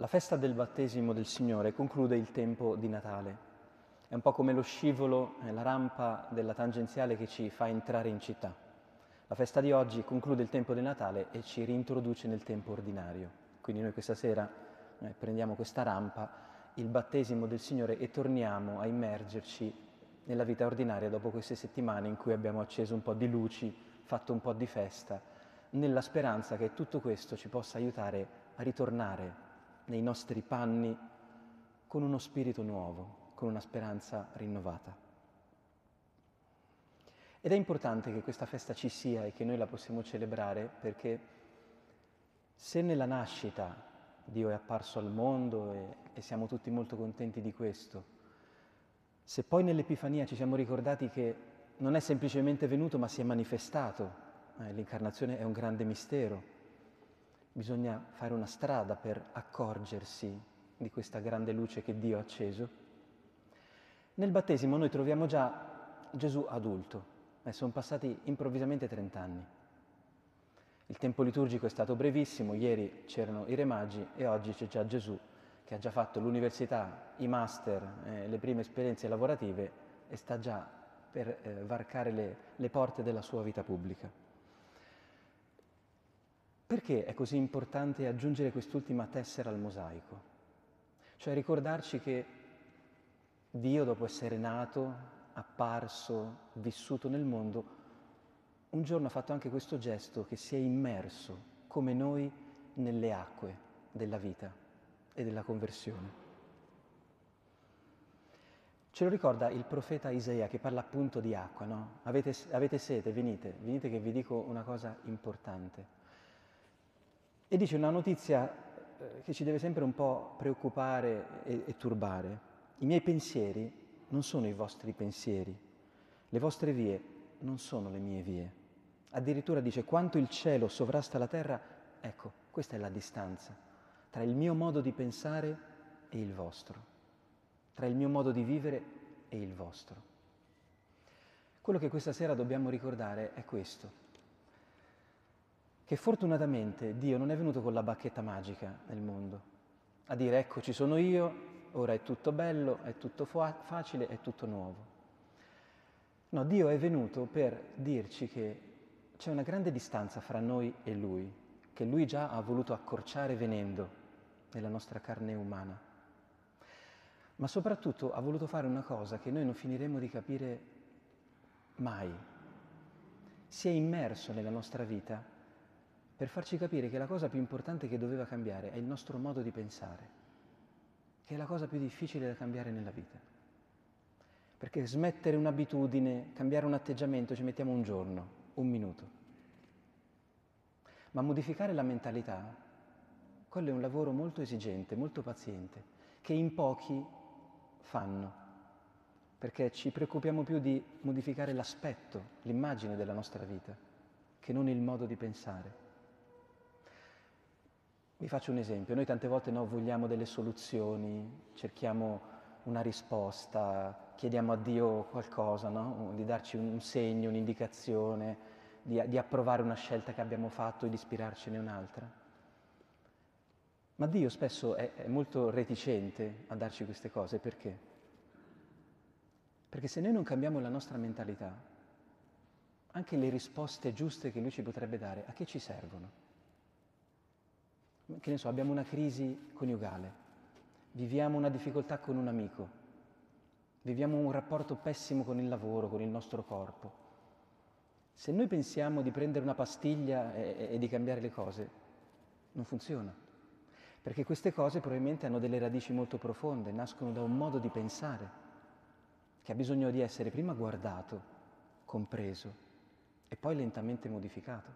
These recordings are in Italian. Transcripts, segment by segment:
La festa del battesimo del Signore conclude il tempo di Natale. È un po' come lo scivolo, la rampa della tangenziale che ci fa entrare in città. La festa di oggi conclude il tempo del Natale e ci reintroduce nel tempo ordinario. Quindi noi questa sera prendiamo questa rampa, il battesimo del Signore, e torniamo a immergerci nella vita ordinaria dopo queste settimane in cui abbiamo acceso un po' di luci, fatto un po' di festa, nella speranza che tutto questo ci possa aiutare a ritornare nei nostri panni con uno spirito nuovo, con una speranza rinnovata. Ed è importante che questa festa ci sia e che noi la possiamo celebrare, perché se nella nascita Dio è apparso al mondo e siamo tutti molto contenti di questo, se poi nell'Epifania ci siamo ricordati che non è semplicemente venuto ma si è manifestato, l'incarnazione è un grande mistero, bisogna fare una strada per accorgersi di questa grande luce che Dio ha acceso. Nel battesimo noi troviamo già Gesù adulto, sono passati improvvisamente 30 anni. Il tempo liturgico è stato brevissimo, ieri c'erano i Re Magi e oggi c'è già Gesù che ha già fatto l'università, i master, le prime esperienze lavorative e sta già per varcare le porte della sua vita pubblica. Perché è così importante aggiungere quest'ultima tessera al mosaico? Cioè ricordarci che Dio, dopo essere nato, apparso, vissuto nel mondo, un giorno ha fatto anche questo gesto, che si è immerso, come noi, nelle acque della vita e della conversione. Ce lo ricorda il profeta Isaia che parla appunto di acqua, no? Avete sete, venite che vi dico una cosa importante. E dice una notizia che ci deve sempre un po' preoccupare e turbare. I miei pensieri non sono i vostri pensieri, le vostre vie non sono le mie vie. Addirittura dice, quanto il cielo sovrasta la terra, ecco, questa è la distanza tra il mio modo di pensare e il vostro, tra il mio modo di vivere e il vostro. Quello che questa sera dobbiamo ricordare è questo, che fortunatamente Dio non è venuto con la bacchetta magica nel mondo, a dire ecco ci sono io, ora è tutto bello, è tutto facile, è tutto nuovo. No, Dio è venuto per dirci che c'è una grande distanza fra noi e Lui, che Lui già ha voluto accorciare venendo nella nostra carne umana. Ma soprattutto ha voluto fare una cosa che noi non finiremo di capire mai. Si è immerso nella nostra vita per farci capire che la cosa più importante che doveva cambiare è il nostro modo di pensare, che è la cosa più difficile da cambiare nella vita. Perché smettere un'abitudine, cambiare un atteggiamento, ci mettiamo un giorno, un minuto. Ma modificare la mentalità, quello è un lavoro molto esigente, molto paziente, che in pochi fanno, perché ci preoccupiamo più di modificare l'aspetto, l'immagine della nostra vita, che non il modo di pensare. Vi faccio un esempio, noi tante volte vogliamo delle soluzioni, cerchiamo una risposta, chiediamo a Dio qualcosa, no? Di darci un segno, un'indicazione, di approvare una scelta che abbiamo fatto e di ispirarcene un'altra. Ma Dio spesso è molto reticente a darci queste cose, perché? Perché se noi non cambiamo la nostra mentalità, anche le risposte giuste che Lui ci potrebbe dare, a che ci servono? Che ne so, abbiamo una crisi coniugale, viviamo una difficoltà con un amico, viviamo un rapporto pessimo con il lavoro, con il nostro corpo. Se noi pensiamo di prendere una pastiglia e di cambiare le cose, non funziona. Perché queste cose probabilmente hanno delle radici molto profonde, nascono da un modo di pensare che ha bisogno di essere prima guardato, compreso e poi lentamente modificato.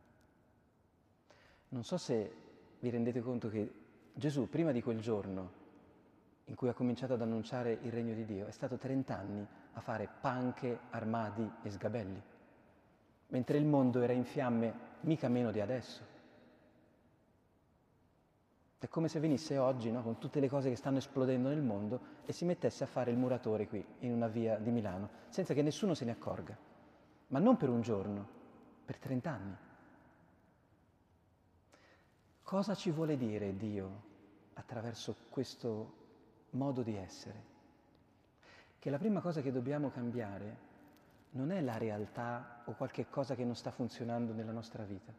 Non so se vi rendete conto che Gesù, prima di quel giorno in cui ha cominciato ad annunciare il regno di Dio, è stato 30 anni a fare panche, armadi e sgabelli, mentre il mondo era in fiamme mica meno di adesso. È come se venisse oggi, no, con tutte le cose che stanno esplodendo nel mondo, e si mettesse a fare il muratore qui, in una via di Milano, senza che nessuno se ne accorga. Ma non per un giorno, per 30 anni. Cosa ci vuole dire Dio attraverso questo modo di essere. Che la prima cosa che dobbiamo cambiare non è la realtà o qualche cosa che non sta funzionando nella nostra vita,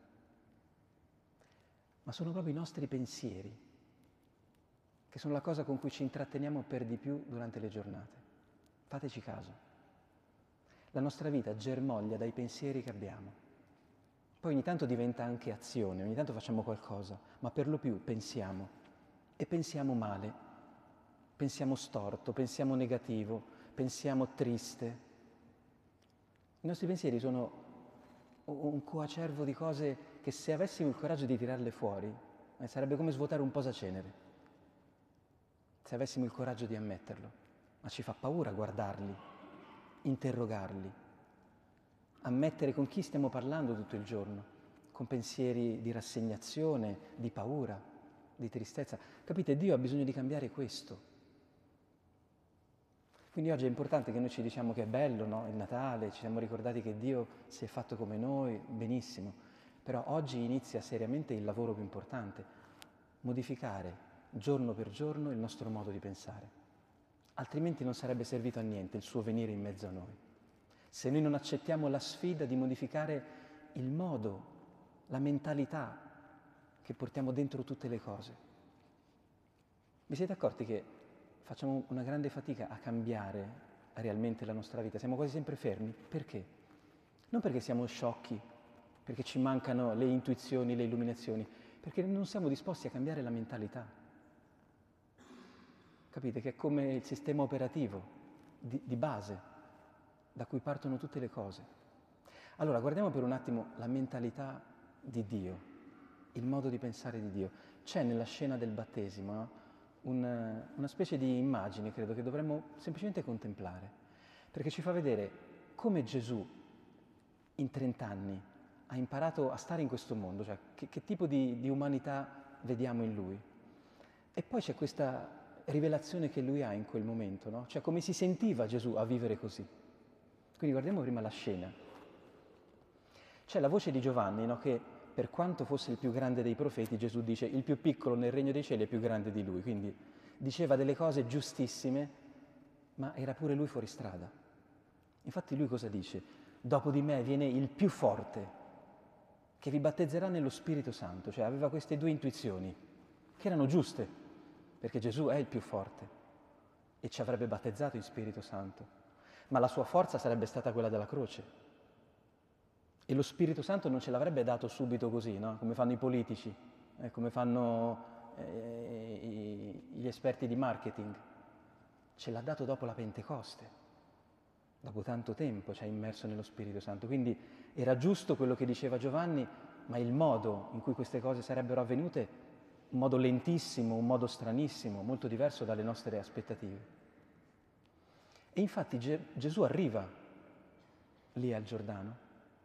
ma sono proprio i nostri pensieri, che sono la cosa con cui ci intratteniamo per di più durante le giornate. Fateci caso. La nostra vita germoglia dai pensieri che abbiamo. Poi ogni tanto diventa anche azione, ogni tanto facciamo qualcosa, ma per lo più pensiamo. E pensiamo male, pensiamo storto, pensiamo negativo, pensiamo triste. I nostri pensieri sono un coacervo di cose che se avessimo il coraggio di tirarle fuori, sarebbe come svuotare un posacenere. Se avessimo il coraggio di ammetterlo, ma ci fa paura guardarli, interrogarli, ammettere con chi stiamo parlando tutto il giorno, con pensieri di rassegnazione, di paura, di tristezza. Capite, Dio ha bisogno di cambiare questo. Quindi oggi è importante che noi ci diciamo che è bello, no? Il Natale, ci siamo ricordati che Dio si è fatto come noi, benissimo. Però oggi inizia seriamente il lavoro più importante, modificare giorno per giorno il nostro modo di pensare. Altrimenti non sarebbe servito a niente il suo venire in mezzo a noi. Se noi non accettiamo la sfida di modificare il modo, la mentalità che portiamo dentro tutte le cose. Vi siete accorti che facciamo una grande fatica a cambiare realmente la nostra vita? Siamo quasi sempre fermi. Perché? Non perché siamo sciocchi, perché ci mancano le intuizioni, le illuminazioni, perché non siamo disposti a cambiare la mentalità. Capite che è come il sistema operativo di base da cui partono tutte le cose. Allora guardiamo per un attimo la mentalità di Dio, il modo di pensare di Dio. C'è nella scena del battesimo, no? Una specie di immagine, credo, che dovremmo semplicemente contemplare, perché ci fa vedere come Gesù in 30 anni ha imparato a stare in questo mondo, cioè che tipo di umanità vediamo in Lui. E poi c'è questa rivelazione che Lui ha in quel momento, no? Cioè come si sentiva Gesù a vivere così. Quindi guardiamo prima la scena. C'è la voce di Giovanni, no? Che per quanto fosse il più grande dei profeti, Gesù dice il più piccolo nel regno dei cieli è più grande di lui, quindi diceva delle cose giustissime, ma era pure lui fuori strada. Infatti lui cosa dice? Dopo di me viene il più forte, che vi battezzerà nello Spirito Santo, cioè aveva queste due intuizioni, che erano giuste, perché Gesù è il più forte e ci avrebbe battezzato in Spirito Santo, ma la sua forza sarebbe stata quella della croce. E lo Spirito Santo non ce l'avrebbe dato subito così, no? Come fanno i politici, come fanno gli esperti di marketing. Ce l'ha dato dopo la Pentecoste, dopo tanto tempo ci ha immerso nello Spirito Santo. Quindi era giusto quello che diceva Giovanni, ma il modo in cui queste cose sarebbero avvenute, un modo lentissimo, un modo stranissimo, molto diverso dalle nostre aspettative. E infatti Gesù arriva lì al Giordano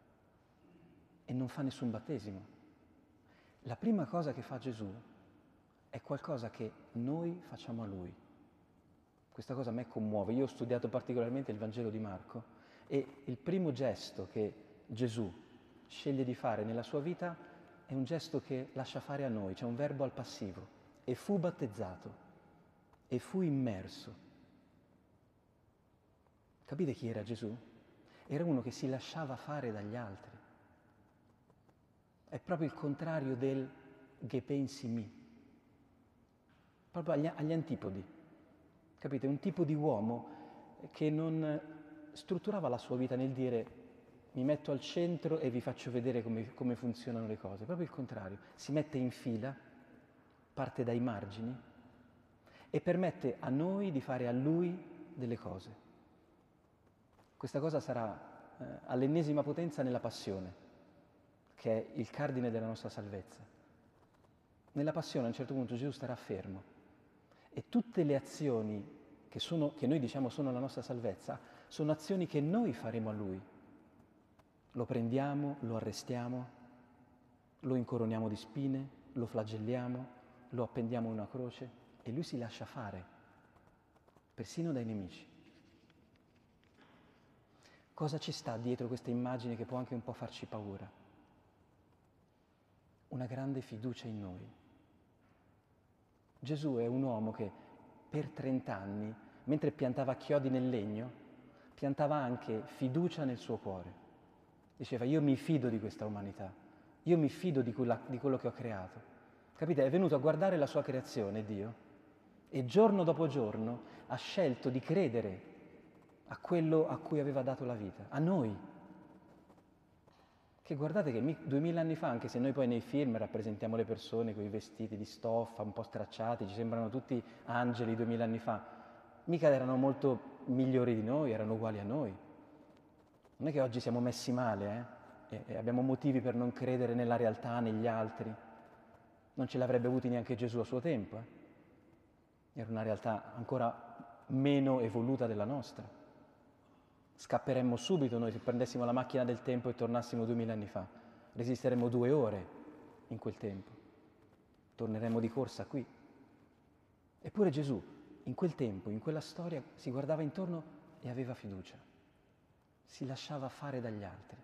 e non fa nessun battesimo. La prima cosa che fa Gesù è qualcosa che noi facciamo a Lui. Questa cosa a me commuove. Io ho studiato particolarmente il Vangelo di Marco e il primo gesto che Gesù sceglie di fare nella sua vita è un gesto che lascia fare a noi, c'è un verbo al passivo. E fu battezzato, e fu immerso. Capite chi era Gesù? Era uno che si lasciava fare dagli altri. È proprio il contrario del che pensi mi, proprio agli antipodi. Capite? Un tipo di uomo che non strutturava la sua vita nel dire mi metto al centro e vi faccio vedere come funzionano le cose. Proprio il contrario. Si mette in fila, parte dai margini e permette a noi di fare a lui delle cose. Questa cosa sarà all'ennesima potenza nella passione, che è il cardine della nostra salvezza. Nella passione a un certo punto Gesù starà fermo e tutte le azioni che noi diciamo sono la nostra salvezza sono azioni che noi faremo a Lui. Lo prendiamo, lo arrestiamo, lo incoroniamo di spine, lo flagelliamo, lo appendiamo a una croce e Lui si lascia fare, persino dai nemici. Cosa ci sta dietro questa immagine che può anche un po' farci paura? Una grande fiducia in noi, Gesù è un uomo che per 30 anni, mentre piantava chiodi nel legno, piantava anche fiducia nel suo cuore. Diceva, io mi fido di questa umanità, io mi fido di quello che ho creato. Capite? È venuto a guardare la sua creazione, Dio, e giorno dopo giorno ha scelto di credere a quello a cui aveva dato la vita, a noi. Che guardate che 2000 anni fa, anche se noi poi nei film rappresentiamo le persone con i vestiti di stoffa, un po' stracciati, ci sembrano tutti angeli 2000 anni fa, mica erano molto migliori di noi, erano uguali a noi. Non è che oggi siamo messi male, e abbiamo motivi per non credere nella realtà, negli altri. Non ce l'avrebbe avuti neanche Gesù a suo tempo. Era una realtà ancora meno evoluta della nostra. Scapperemmo subito noi se prendessimo la macchina del tempo e tornassimo 2000 anni fa. Resisteremmo 2 ore in quel tempo. Torneremmo di corsa qui. Eppure Gesù, in quel tempo, in quella storia, si guardava intorno e aveva fiducia. Si lasciava fare dagli altri.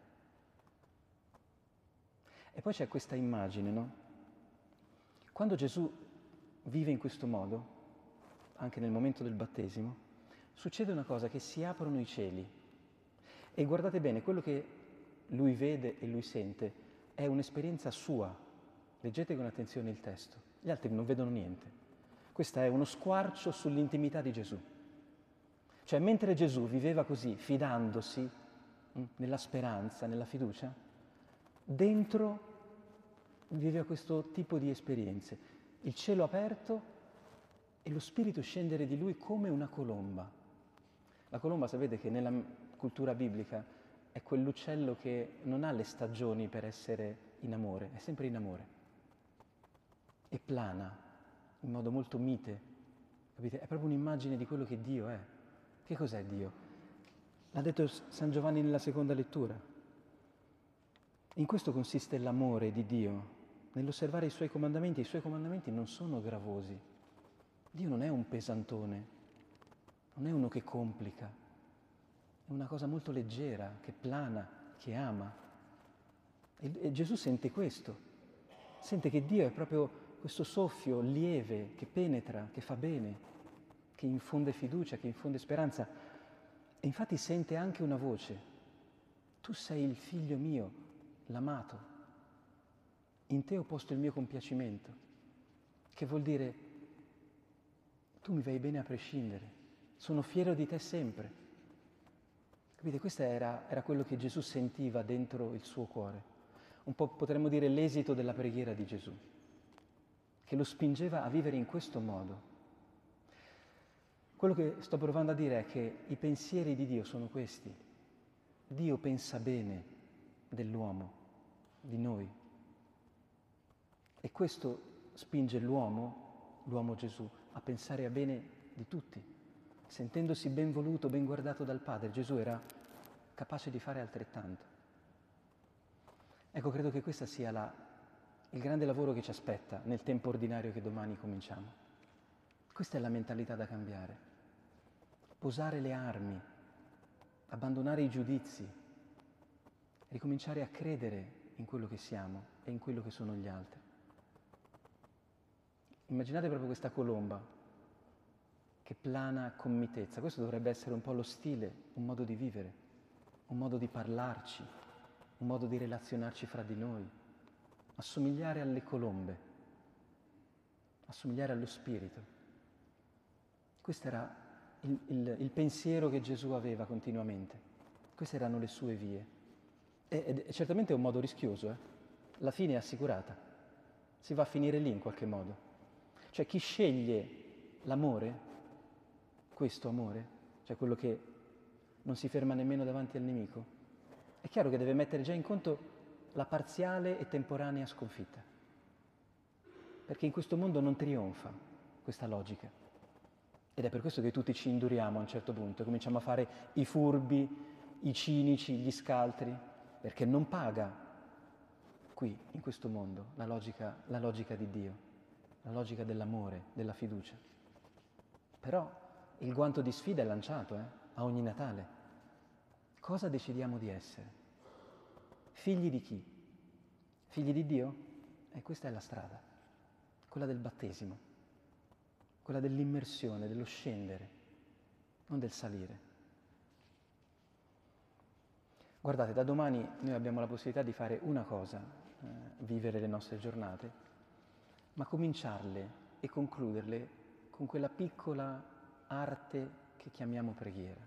E poi c'è questa immagine, no? Quando Gesù vive in questo modo, anche nel momento del battesimo, succede una cosa, che si aprono i cieli. E guardate bene, quello che lui vede e lui sente è un'esperienza sua. Leggete con attenzione il testo. Gli altri non vedono niente. Questo è uno squarcio sull'intimità di Gesù. Cioè, mentre Gesù viveva così, fidandosi, nella speranza, nella fiducia, dentro viveva questo tipo di esperienze. Il cielo aperto e lo Spirito scendere di lui come una colomba. La colomba, sapete che nella cultura biblica è quell'uccello che non ha le stagioni per essere in amore, è sempre in amore. E plana, in modo molto mite, capite? È proprio un'immagine di quello che Dio è. Che cos'è Dio? L'ha detto San Giovanni nella seconda lettura. In questo consiste l'amore di Dio, nell'osservare i Suoi comandamenti. I Suoi comandamenti non sono gravosi. Dio non è un pesantone, non è uno che complica, è una cosa molto leggera, che plana, che ama. E Gesù sente questo, sente che Dio è proprio questo soffio lieve che penetra, che fa bene, che infonde fiducia, che infonde speranza. E infatti sente anche una voce: tu sei il figlio mio, l'amato, in te ho posto il mio compiacimento, che vuol dire tu mi vai bene a prescindere, sono fiero di te sempre. Capite? Questo era quello che Gesù sentiva dentro il suo cuore. Un po' potremmo dire l'esito della preghiera di Gesù, che lo spingeva a vivere in questo modo. Quello che sto provando a dire è che i pensieri di Dio sono questi. Dio pensa bene dell'uomo, di noi. E questo spinge l'uomo Gesù, a pensare a bene di tutti. Sentendosi ben voluto, ben guardato dal Padre, Gesù era capace di fare altrettanto. Ecco, credo che questo sia il grande lavoro che ci aspetta nel tempo ordinario che domani cominciamo. Questa è la mentalità da cambiare. Posare le armi, abbandonare i giudizi, ricominciare a credere in quello che siamo e in quello che sono gli altri. Immaginate proprio questa colomba che plana con mitezza. Questo dovrebbe essere un po' lo stile, un modo di vivere, un modo di parlarci, un modo di relazionarci fra di noi, assomigliare alle colombe, assomigliare allo Spirito. Questo era il pensiero che Gesù aveva continuamente. Queste erano le sue vie. E certamente è un modo rischioso, La fine è assicurata. Si va a finire lì in qualche modo. Cioè chi sceglie l'amore, questo amore, cioè quello che non si ferma nemmeno davanti al nemico, è chiaro che deve mettere già in conto la parziale e temporanea sconfitta. Perché in questo mondo non trionfa questa logica. Ed è per questo che tutti ci induriamo a un certo punto, cominciamo a fare i furbi, i cinici, gli scaltri, perché non paga qui, in questo mondo, la logica di Dio, la logica dell'amore, della fiducia. Però il guanto di sfida è lanciato, a ogni Natale. Cosa decidiamo di essere? Figli di chi? Figli di Dio? E questa è la strada, quella del battesimo. quella dell'immersione, dello scendere, non del salire. Guardate, da domani noi abbiamo la possibilità di fare una cosa, vivere le nostre giornate, ma cominciarle e concluderle con quella piccola arte che chiamiamo preghiera.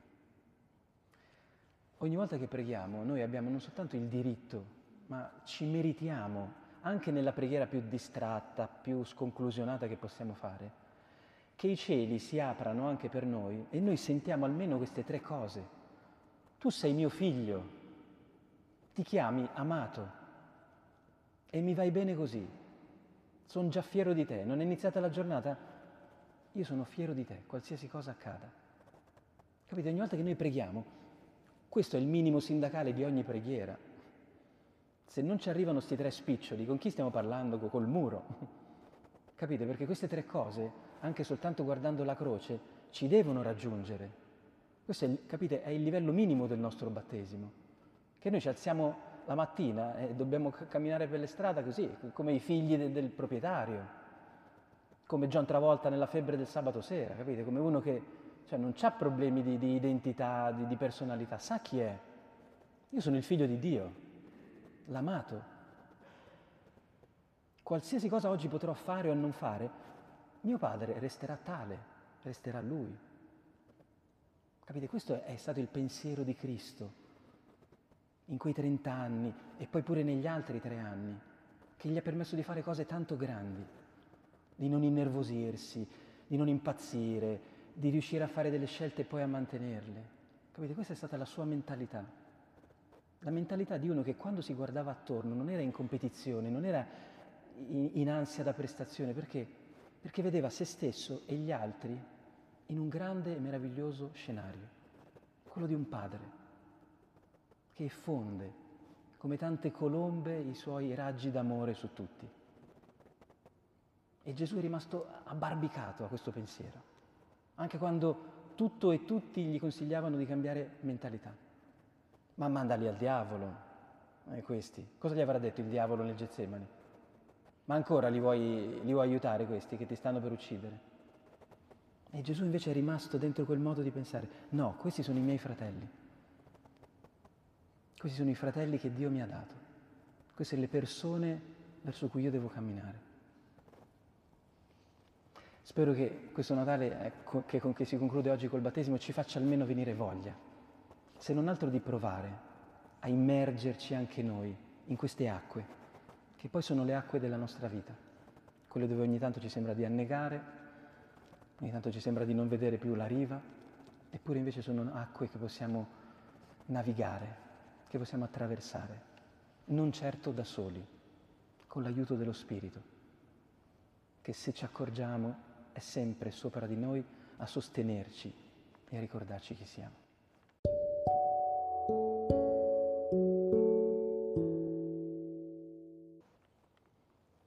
Ogni volta che preghiamo noi abbiamo non soltanto il diritto, ma ci meritiamo, anche nella preghiera più distratta, più sconclusionata che possiamo fare, che i cieli si aprano anche per noi e noi sentiamo almeno queste tre cose. Tu sei mio figlio, ti chiami amato e mi vai bene così. Sono già fiero di te, non è iniziata la giornata? Io sono fiero di te, qualsiasi cosa accada. Capite? Ogni volta che noi preghiamo, questo è il minimo sindacale di ogni preghiera. Se non ci arrivano sti tre spiccioli, con chi stiamo parlando? Col muro. Capite? Perché queste tre cose, anche soltanto guardando la croce, ci devono raggiungere. Questo è, capite, è il livello minimo del nostro battesimo. Che noi ci alziamo la mattina e dobbiamo camminare per le strade così, come i figli del proprietario, come John Travolta nella Febbre del sabato sera, capite? Come uno che non ha problemi di identità, di personalità, sa chi è. Io sono il figlio di Dio, l'amato. Qualsiasi cosa oggi potrò fare o non fare, mio padre resterà tale, resterà lui. Capite? Questo è stato il pensiero di Cristo in quei 30 anni e poi pure negli altri 3 anni, che gli ha permesso di fare cose tanto grandi, di non innervosirsi, di non impazzire, di riuscire a fare delle scelte e poi a mantenerle. Capite? Questa è stata la sua mentalità. La mentalità di uno che quando si guardava attorno non era in competizione, non era in ansia da prestazione, perché? Perché vedeva se stesso e gli altri in un grande e meraviglioso scenario, quello di un padre che effonde come tante colombe i suoi raggi d'amore su tutti. E Gesù è rimasto abbarbicato a questo pensiero, anche quando tutto e tutti gli consigliavano di cambiare mentalità. Ma mandali al diavolo, questi. Cosa gli avrà detto il diavolo nel Getsemani? Ma ancora li vuoi aiutare questi che ti stanno per uccidere? E Gesù invece è rimasto dentro quel modo di pensare, no, questi sono i miei fratelli. Questi sono i fratelli che Dio mi ha dato. Queste sono le persone verso cui io devo camminare. Spero che questo Natale, che si conclude oggi col battesimo, ci faccia almeno venire voglia, se non altro di provare a immergerci anche noi in queste acque, che poi sono le acque della nostra vita, quelle dove ogni tanto ci sembra di annegare, ogni tanto ci sembra di non vedere più la riva, eppure invece sono acque che possiamo navigare, che possiamo attraversare, non certo da soli, con l'aiuto dello Spirito, che se ci accorgiamo è sempre sopra di noi a sostenerci e a ricordarci chi siamo.